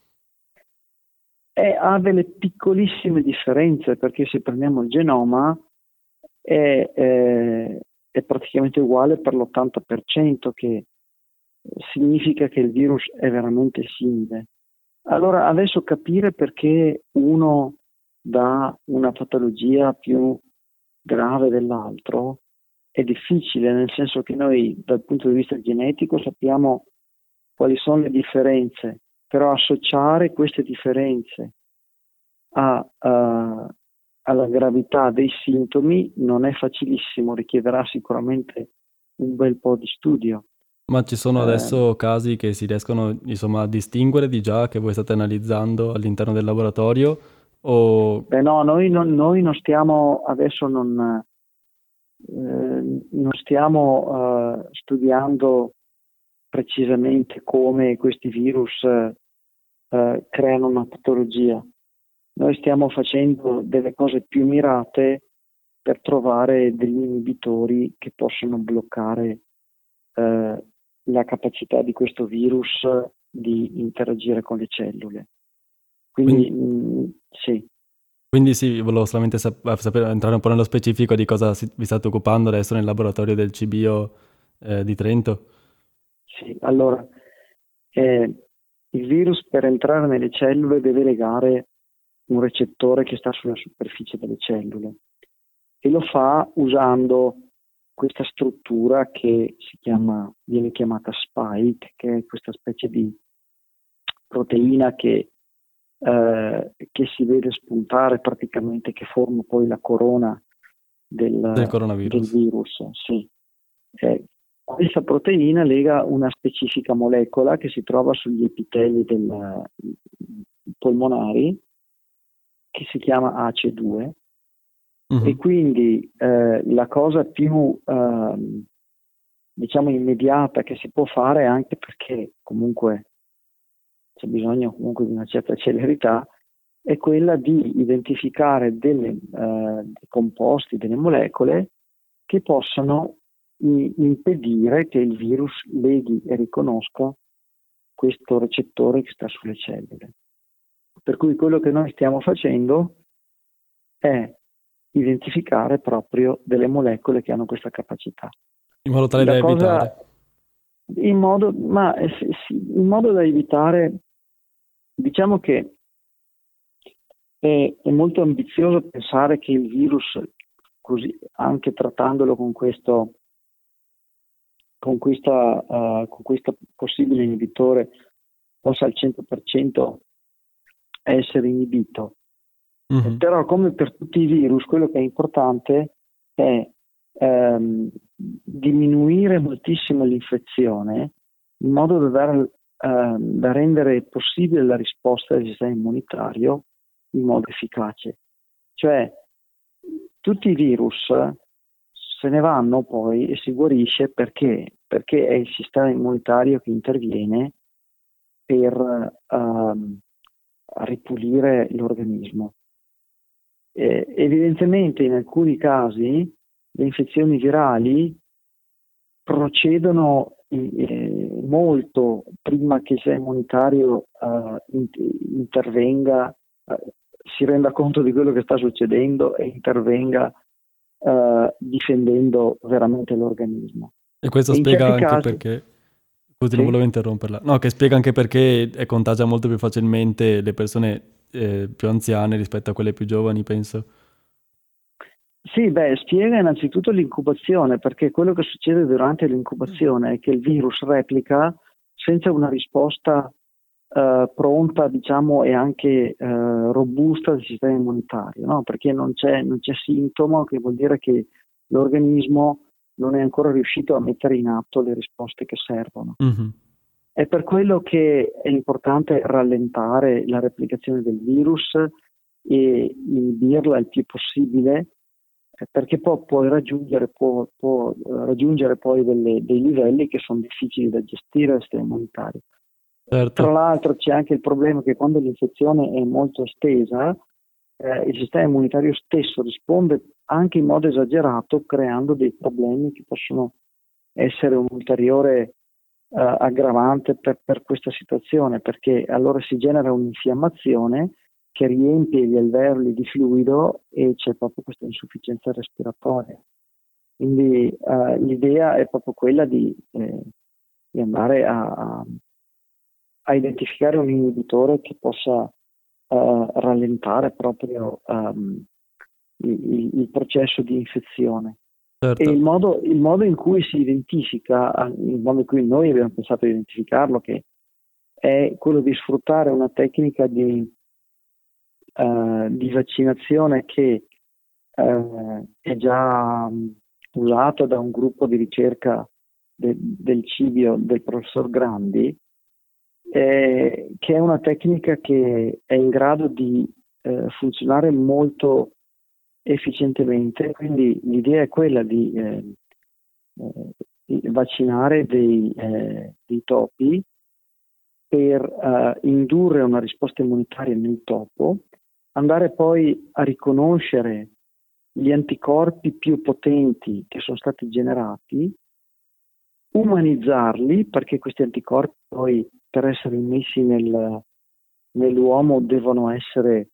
ha delle piccolissime differenze, perché se prendiamo il genoma è praticamente uguale per l'80%, che significa che il virus è veramente simile. Allora adesso capire perché uno dà una patologia più grave dell'altro è difficile, nel senso che noi dal punto di vista genetico sappiamo quali sono le differenze, però associare queste differenze alla gravità dei sintomi non è facilissimo, richiederà sicuramente un bel po' di studio. Ma ci sono adesso casi che si riescono, insomma, a distinguere di già che voi state analizzando all'interno del laboratorio? O... No, noi non stiamo adesso non stiamo studiando precisamente come questi virus creano una patologia. Noi stiamo facendo delle cose più mirate per trovare degli inibitori che possono bloccare la capacità di questo virus di interagire con le cellule. Quindi sì. Quindi sì, volevo solamente sapere, entrare un po' nello specifico di cosa vi state occupando adesso nel laboratorio del CBio di Trento. Sì, allora, il virus per entrare nelle cellule deve legare un recettore che sta sulla superficie delle cellule e lo fa usando questa struttura che viene chiamata spike, che è questa specie di proteina che si vede spuntare praticamente, che forma poi la corona Del del coronavirus. virus. Sì. Questa proteina lega una specifica molecola che si trova sugli epiteli polmonari, che si chiama AC2, e quindi la cosa più diciamo immediata che si può fare, anche perché comunque c'è bisogno comunque di una certa celerità, è quella di identificare dei composti, delle molecole che possano impedire che il virus leghi e riconosca questo recettore che sta sulle cellule. Per cui quello che noi stiamo facendo è identificare proprio delle molecole che hanno questa capacità. In modo tale da evitare. In modo da evitare, diciamo che è molto ambizioso pensare che il virus, così anche trattandolo con questo possibile inibitore, possa al 100% essere inibito. Però, come per tutti i virus, quello che è importante è diminuire moltissimo l'infezione, in modo da rendere possibile la risposta del sistema immunitario in modo efficace. Cioè, tutti i virus se ne vanno poi e si guarisce perché è il sistema immunitario che interviene per ripulire l'organismo. Evidentemente in alcuni casi le infezioni virali procedono molto prima che il sistema immunitario intervenga, si renda conto di quello che sta succedendo e intervenga difendendo veramente l'organismo. E questo spiega anche perché, scusi, non volevo interromperla, no, che spiega anche perché contagia molto più facilmente le persone più anziane rispetto a quelle più giovani, penso. Sì, spiega innanzitutto l'incubazione, perché quello che succede durante l'incubazione è che il virus replica senza una risposta pronta, diciamo, e anche robusta del sistema immunitario, no? Perché non c'è sintomo, che vuol dire che l'organismo non è ancora riuscito a mettere in atto le risposte che servono. È per quello che è importante rallentare la replicazione del virus e inibirla il più possibile, perché poi può raggiungere poi dei livelli che sono difficili da gestire al sistema immunitario. Certo. Tra l'altro c'è anche il problema che quando l'infezione è molto estesa, il sistema immunitario stesso risponde anche in modo esagerato, creando dei problemi che possono essere un ulteriore aggravante per questa situazione, perché allora si genera un'infiammazione che riempie gli alveoli di fluido e c'è proprio questa insufficienza respiratoria. Quindi l'idea è proprio quella di andare a identificare un inibitore che possa rallentare proprio il processo di infezione. Certo. E il modo in cui si identifica, il modo in cui noi abbiamo pensato di identificarlo, che è quello di sfruttare una tecnica di vaccinazione che è già usata da un gruppo di ricerca del Cibio del professor Grandi, che è una tecnica che è in grado di funzionare molto efficientemente. Quindi l'idea è quella di vaccinare dei topi per indurre una risposta immunitaria nel topo, andare poi a riconoscere gli anticorpi più potenti che sono stati generati, umanizzarli, perché questi anticorpi poi, per essere immessi nell'uomo, devono essere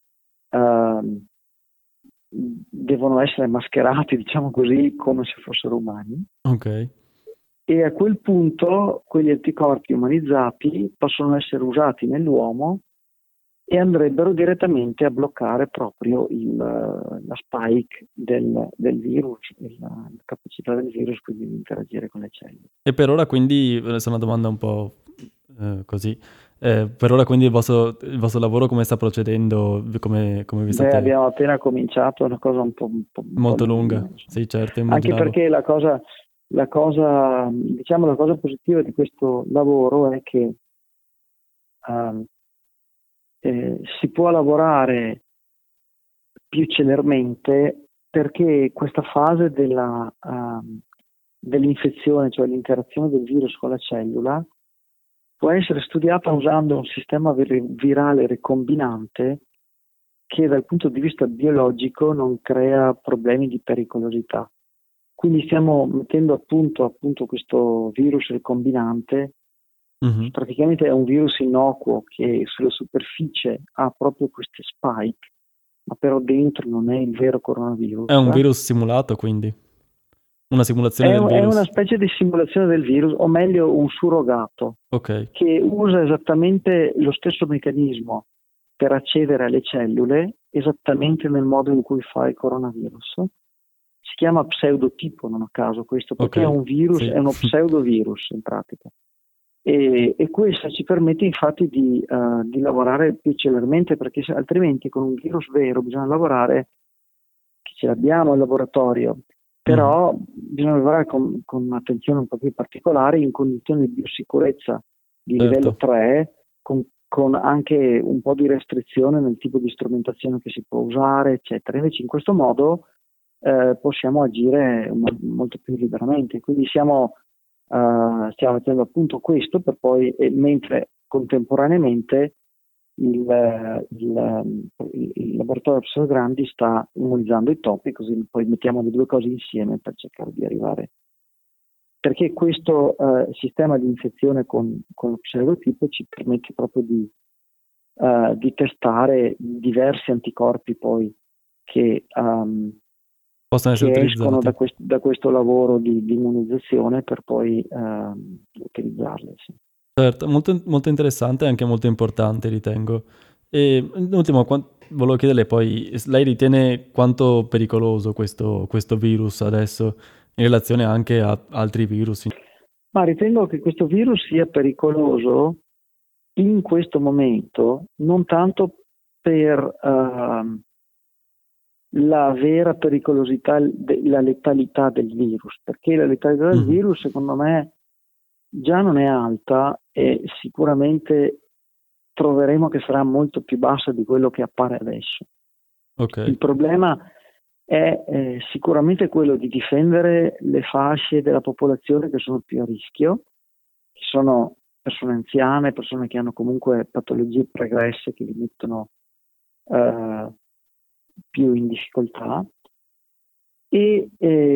mascherati, diciamo così, come se fossero umani. Ok. E a quel punto quegli anticorpi umanizzati possono essere usati nell'uomo e andrebbero direttamente a bloccare proprio la spike del virus, la capacità del virus quindi di interagire con le cellule. E per ora quindi, adesso è una domanda un po' così, per ora quindi il vostro lavoro come sta procedendo, come vi Beh, state... abbiamo appena cominciato, è una cosa un po' Molto lunghina, lunga, insomma. sì certo, Anche immaginavo. perché diciamo, la cosa positiva di questo lavoro è che ehm, si può lavorare più celermente perché questa fase dell'infezione, cioè l'interazione del virus con la cellula, può essere studiata usando un sistema virale recombinante che dal punto di vista biologico non crea problemi di pericolosità. Quindi stiamo mettendo appunto questo virus recombinante, Mhm. praticamente è un virus innocuo che sulla superficie ha proprio queste spike, ma però dentro non è il vero È coronavirus. un virus simulato quindi, una simulazione del È una virus. specie di simulazione del virus, o meglio un surrogato, Ok, che usa esattamente lo stesso meccanismo per accedere alle cellule, esattamente nel modo in cui fa il coronavirus. Si chiama pseudotipo, non a caso questo, perché è ok, un virus, sì. è uno pseudovirus in pratica. E questo ci permette infatti di lavorare più celermente, perché altrimenti con un virus vero bisogna lavorare, che ce l'abbiamo in laboratorio, Mhm. però bisogna lavorare con un'attenzione un po' più particolare in condizioni di biosicurezza di livello Certo. 3, con anche un po' di restrizione nel tipo di strumentazione che si può usare, eccetera. Invece in questo modo possiamo agire molto più liberamente. Quindi stiamo facendo appunto questo per poi, mentre contemporaneamente il laboratorio professor Grandi sta immunizzando i topi, così poi mettiamo le due cose insieme per cercare di arrivare. Perché questo sistema di infezione con lo pseudotipo ci permette proprio di testare diversi anticorpi poi che, Possono essere che escono utilizzati. da questo lavoro di immunizzazione per poi utilizzarli. Sì. Certo, molto, molto interessante e anche molto importante, ritengo. E in ultimo, volevo chiederle poi, lei ritiene quanto pericoloso questo virus adesso in relazione anche a altri virus? Ma ritengo che questo virus sia pericoloso in questo momento non tanto per la vera pericolosità, la letalità del virus, perché la letalità del Mhm. virus secondo me già non è alta e sicuramente troveremo che sarà molto più bassa di quello che appare adesso. Ok, Il problema è sicuramente quello di difendere le fasce della popolazione che sono più a rischio, che sono persone anziane, persone che hanno comunque patologie pregresse che li mettono eh, più in difficoltà. E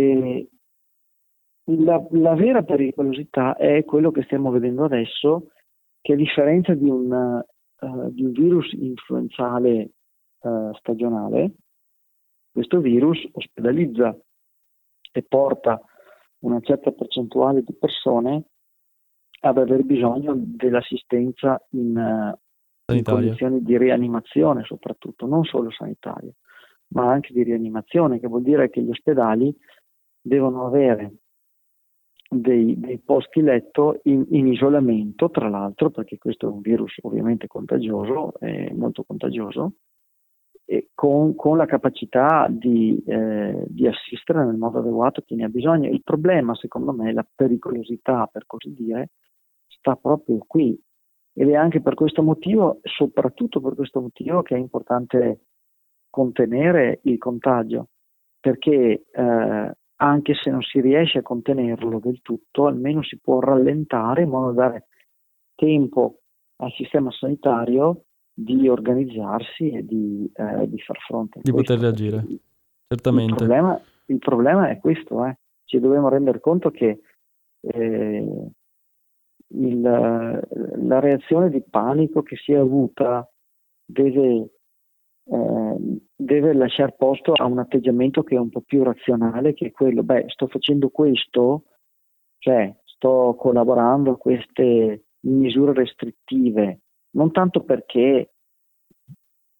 la vera pericolosità è quello che stiamo vedendo adesso, che a differenza di un virus influenzale stagionale, questo virus ospedalizza e porta una certa percentuale di persone ad aver bisogno dell'assistenza in sanitaria. condizioni di rianimazione, soprattutto, non solo sanitaria, ma anche di rianimazione, che vuol dire che gli ospedali devono avere dei posti letto in isolamento, tra l'altro, perché questo è un virus ovviamente contagioso, molto contagioso, e con la capacità di assistere nel modo adeguato chi ne ha bisogno. Il problema, secondo me, la pericolosità, per così dire, sta proprio qui. Ed è anche per questo motivo, soprattutto per questo motivo, che è importante contenere il contagio, perché anche se non si riesce a contenerlo del tutto, almeno si può rallentare in modo da dare tempo al sistema sanitario di organizzarsi e di far fronte a Di poter questo, perché reagire, il certamente. problema, il problema è questo, ci dobbiamo rendere conto che eh, la reazione di panico che si è avuta deve, deve lasciare posto a un atteggiamento che è un po' più razionale, che è quello, beh, sto facendo questo, cioè sto collaborando a queste misure restrittive, non tanto perché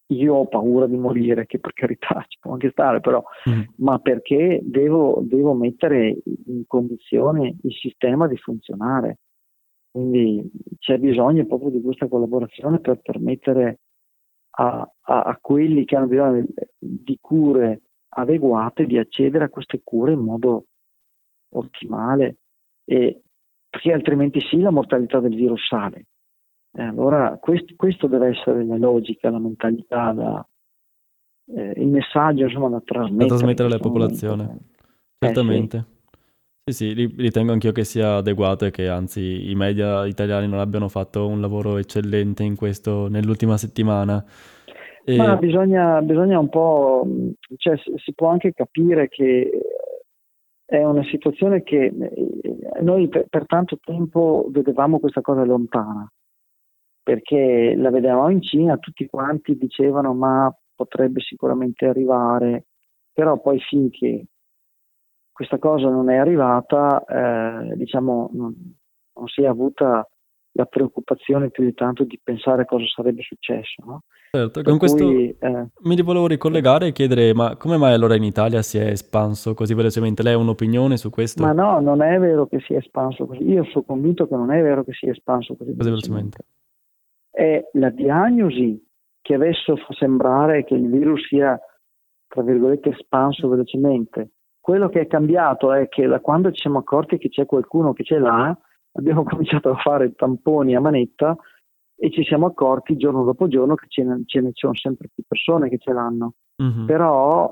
io ho paura di morire, che per carità ci può anche stare, però, Mhm. ma perché devo mettere in condizione il sistema di funzionare. Quindi c'è bisogno proprio di questa collaborazione per permettere a quelli che hanno bisogno di cure adeguate di accedere a queste cure in modo ottimale, perché altrimenti sì, la mortalità del virus sale. Allora questo deve essere la logica, la mentalità, il messaggio insomma, da Da trasmettere in trasmettere alla questo momento. popolazione, Sì. certamente. Sì, sì, ritengo anch'io che sia adeguato e che anzi i media italiani non abbiano fatto un lavoro eccellente in questo nell'ultima settimana. Ma E bisogna un po', cioè si può anche capire che è una situazione che noi per tanto tempo vedevamo questa cosa lontana, perché la vedevamo in Cina, tutti quanti dicevano ma potrebbe sicuramente arrivare, però poi finché questa cosa non è arrivata, diciamo, non si è avuta la preoccupazione più di tanto di pensare cosa sarebbe successo, no? certo, Per con questo cui, mi volevo ricollegare e chiedere, ma come mai allora in Italia si è espanso così velocemente? Lei ha un'opinione su ma questo? no, non è vero che sia espanso così. Io sono convinto che non è vero che sia espanso così Così velocemente. velocemente. È la diagnosi che adesso fa sembrare che il virus sia, tra virgolette, espanso velocemente. Quello che è cambiato è che da quando ci siamo accorti che c'è qualcuno che ce l'ha, abbiamo cominciato a fare tamponi a manetta e ci siamo accorti giorno dopo giorno che ce ne sono sempre più persone che ce l'hanno. Mhm. Però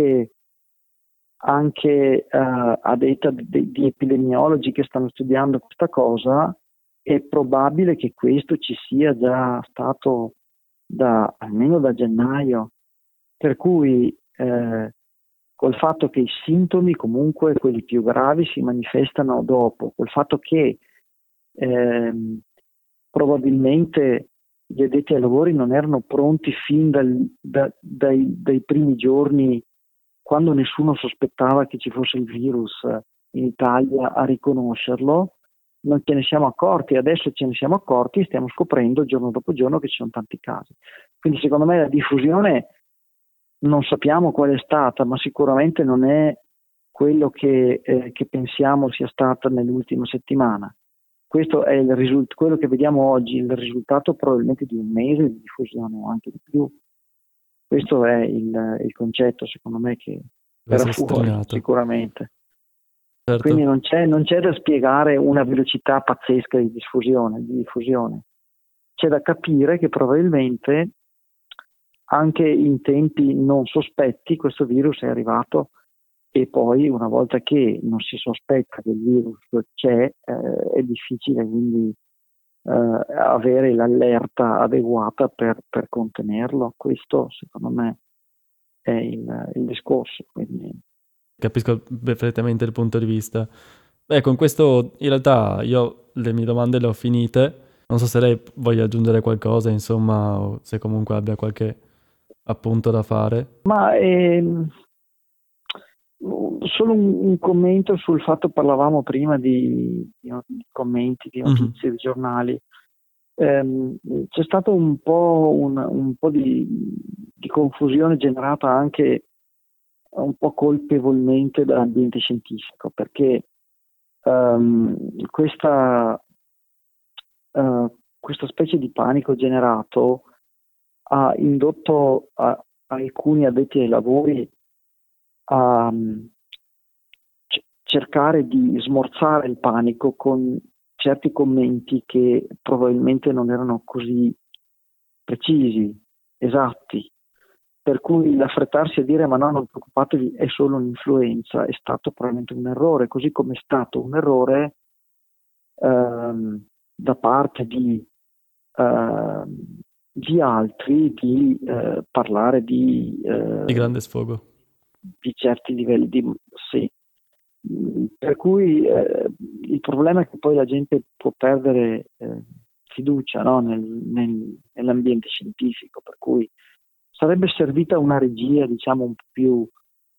anche a detta di epidemiologi che stanno studiando questa cosa, è probabile che questo ci sia già stato almeno da gennaio, per cui col fatto che i sintomi comunque quelli più gravi si manifestano dopo, col fatto che ehm, probabilmente gli addetti ai lavori non erano pronti fin dai primi giorni, quando nessuno sospettava che ci fosse il virus in Italia, a riconoscerlo. Non ce ne siamo accorti, adesso ce ne siamo accorti e stiamo scoprendo giorno dopo giorno che ci sono tanti casi. Quindi secondo me la diffusione non sappiamo qual è stata, ma sicuramente non è quello che pensiamo sia stata nell'ultima settimana. Questo è quello che vediamo oggi, il risultato probabilmente di un mese di diffusione o anche di più. Questo è il concetto, secondo me, che Deve era essere fuori, sottolineato. sicuramente. Certo. Quindi non c'è da spiegare una velocità pazzesca di diffusione. C'è da capire che probabilmente anche in tempi non sospetti questo virus è arrivato e poi una volta che non si sospetta che il virus c'è, è difficile quindi avere l'allerta adeguata per contenerlo. Questo secondo me è il discorso. Quindi, Capisco perfettamente il punto di vista. Beh, con questo in realtà io le mie domande le ho finite. Non so se lei voglia aggiungere qualcosa, insomma, o se comunque abbia qualche appunto da fare. ma solo un commento sul fatto, parlavamo prima di commenti, di Mhm. notizie, di giornali. C'è stato un po' di confusione generata anche un po' colpevolmente dall'ambiente scientifico, perché questa, questa specie di panico generato ha indotto alcuni addetti ai lavori a cercare di smorzare il panico con certi commenti che probabilmente non erano così precisi, esatti, per cui l'affrettarsi a dire ma no, non preoccupatevi, è solo un'influenza, è stato probabilmente un errore, così come è stato un errore da parte di altri di parlare Di grande sfogo. di certi livelli di sì. Per cui il problema è che poi la gente può perdere fiducia, no, nell'ambiente scientifico, per cui sarebbe servita una regia, diciamo, un po' più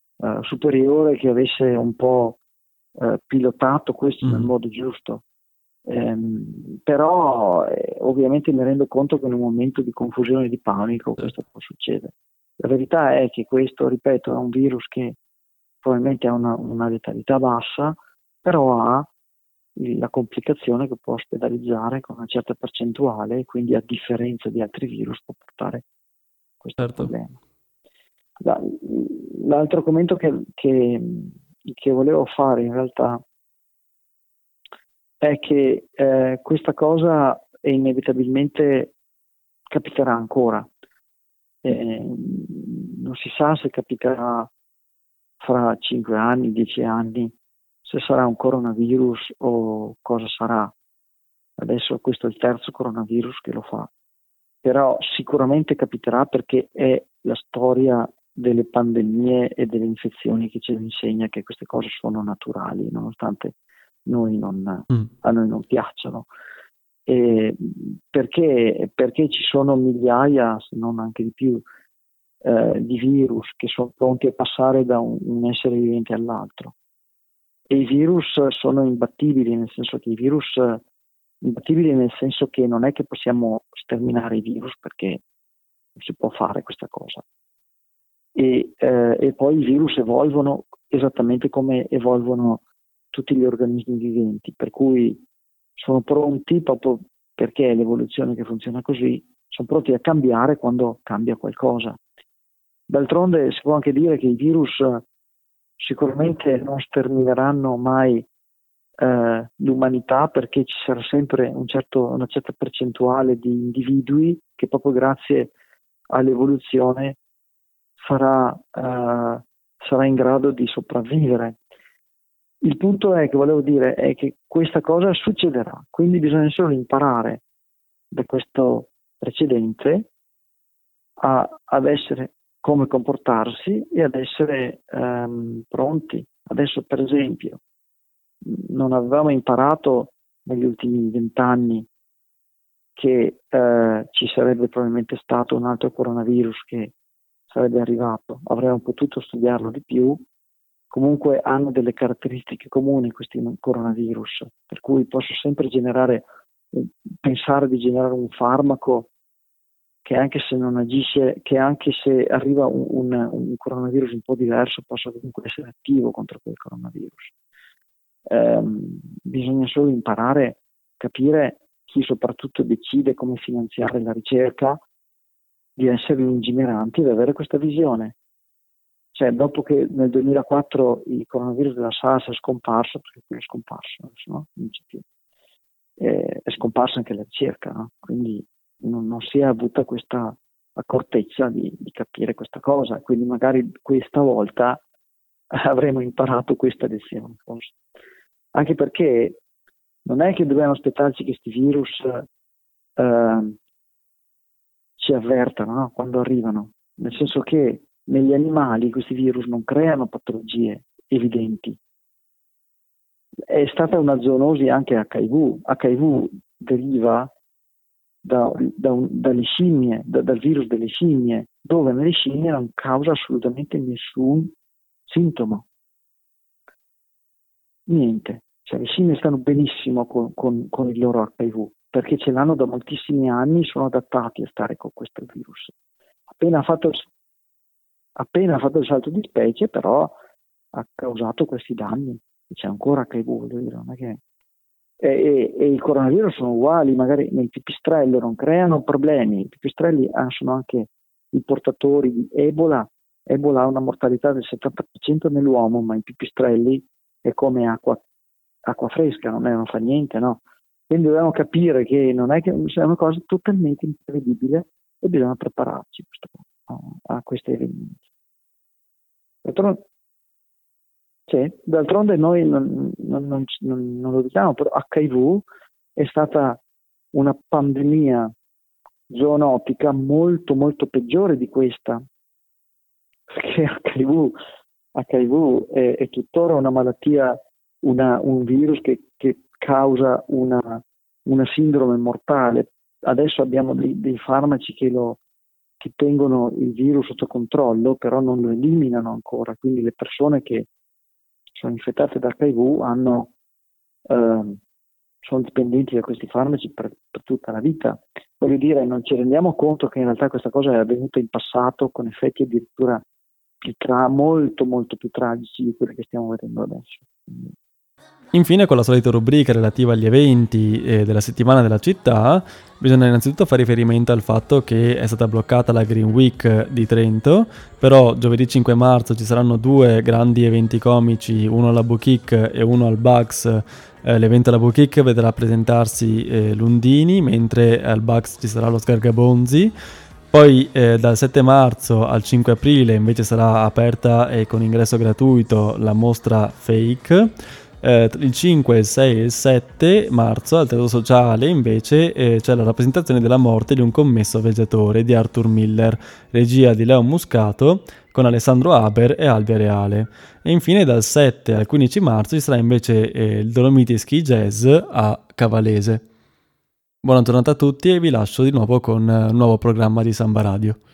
superiore, che avesse un po' pilotato questo nel Mhm. modo giusto. Però ovviamente mi rendo conto che in un momento di confusione e di panico questo può succedere. La verità è che questo, ripeto, è un virus che probabilmente ha una letalità bassa, però ha la complicazione che può ospedalizzare con una certa percentuale e quindi a differenza di altri virus può portare questo Certo. problema. L'altro commento che volevo fare in realtà è che questa cosa inevitabilmente capiterà ancora. Non si sa se capiterà fra 5 anni, 10 anni, se sarà un coronavirus o cosa sarà. Adesso questo è il terzo coronavirus che lo fa, però sicuramente capiterà perché è la storia delle pandemie e delle infezioni che ci insegna che queste cose sono naturali, nonostante a noi non piacciono. Perché ci sono migliaia, se non anche di più, di virus che sono pronti a passare da un essere vivente all'altro. E i virus sono imbattibili, nel senso che non è che possiamo sterminare i virus perché non si può fare questa cosa. E poi i virus evolvono esattamente come evolvono tutti gli organismi viventi, per cui sono pronti, proprio perché è l'evoluzione che funziona così, sono pronti a cambiare quando cambia qualcosa. D'altronde si può anche dire che i virus sicuramente non stermineranno mai l'umanità, perché ci sarà sempre una certa percentuale di individui che proprio grazie all'evoluzione sarà in grado di sopravvivere. Il punto volevo dire è che questa cosa succederà, quindi bisogna solo imparare da questo precedente ad essere, come comportarsi e ad essere pronti. Adesso, per esempio, non avevamo imparato negli ultimi 20 anni che ci sarebbe probabilmente stato un altro coronavirus che sarebbe arrivato, avremmo potuto studiarlo di più. Comunque hanno delle caratteristiche comuni questi coronavirus, per cui posso sempre pensare di generare un farmaco che anche se non agisce, che anche se arriva un coronavirus un po' diverso, possa comunque essere attivo contro quel coronavirus. Bisogna solo imparare, capire chi soprattutto decide come finanziare la ricerca, di essere lungimiranti ed avere questa visione. Cioè, dopo che nel 2004 il coronavirus della SARS è scomparso, perché poi è scomparso, adesso, no? Non c'è più. È scomparsa anche la ricerca, no? Quindi non si è avuta questa accortezza di capire questa cosa, quindi magari questa volta avremo imparato questa lezione, forse. Anche perché non è che dobbiamo aspettarci che questi virus ci avvertano, no? Quando arrivano, nel senso che negli animali questi virus non creano patologie evidenti. È stata una zoonosi anche HIV. HIV deriva dalle scimmie, dal virus delle scimmie, dove nelle scimmie non causa assolutamente nessun sintomo. Niente. Cioè, le scimmie stanno benissimo con il loro HIV, perché ce l'hanno da moltissimi anni, sono adattati a stare con questo virus. Appena fatto il salto di specie, però ha causato questi danni. C'è ancora HIV, voglio dire, non è che... E i coronavirus sono uguali, magari nel pipistrello non creano problemi, i pipistrelli sono anche i portatori di Ebola. Ebola ha una mortalità del 70% nell'uomo, ma i pipistrelli è come acqua fresca, non fa niente, no? Quindi dobbiamo capire che non è che sia una cosa totalmente imprevedibile e bisogna prepararci a questi eventi. D'altronde noi non lo diciamo, però HIV è stata una pandemia zoonotica molto molto peggiore di questa, perché HIV è tuttora una malattia, un virus che causa una sindrome mortale. Adesso abbiamo dei farmaci che tengono il virus sotto controllo, però non lo eliminano ancora, quindi le persone che sono infettate da HIV hanno sono dipendenti da questi farmaci per tutta la vita. Voglio dire, non ci rendiamo conto che in realtà questa cosa è avvenuta in passato con effetti addirittura molto molto più tragici di quelli che stiamo vedendo adesso. Infine, con la solita rubrica relativa agli eventi della settimana della città, bisogna innanzitutto fare riferimento al fatto che è stata bloccata la Green Week di Trento, però giovedì 5 marzo ci saranno 2 grandi eventi comici, uno alla Bouquic e uno al Bugs. L'evento alla Bouquic vedrà presentarsi Lundini, mentre al Bugs ci sarà lo Sgargabonzi. Poi dal 7 marzo al 5 aprile invece sarà aperta e con ingresso gratuito la mostra Fake. Il 5, il 6 e il 7 marzo al Teatro Sociale invece c'è la rappresentazione della morte di un commesso viaggiatore di Arthur Miller, regia di Leo Muscato, con Alessandro Haber e Alvia Reale. E infine dal 7 al 15 marzo ci sarà invece il Dolomiti Ski Jazz a Cavalese. Buona giornata a tutti e vi lascio di nuovo con un nuovo programma di Samba Radio.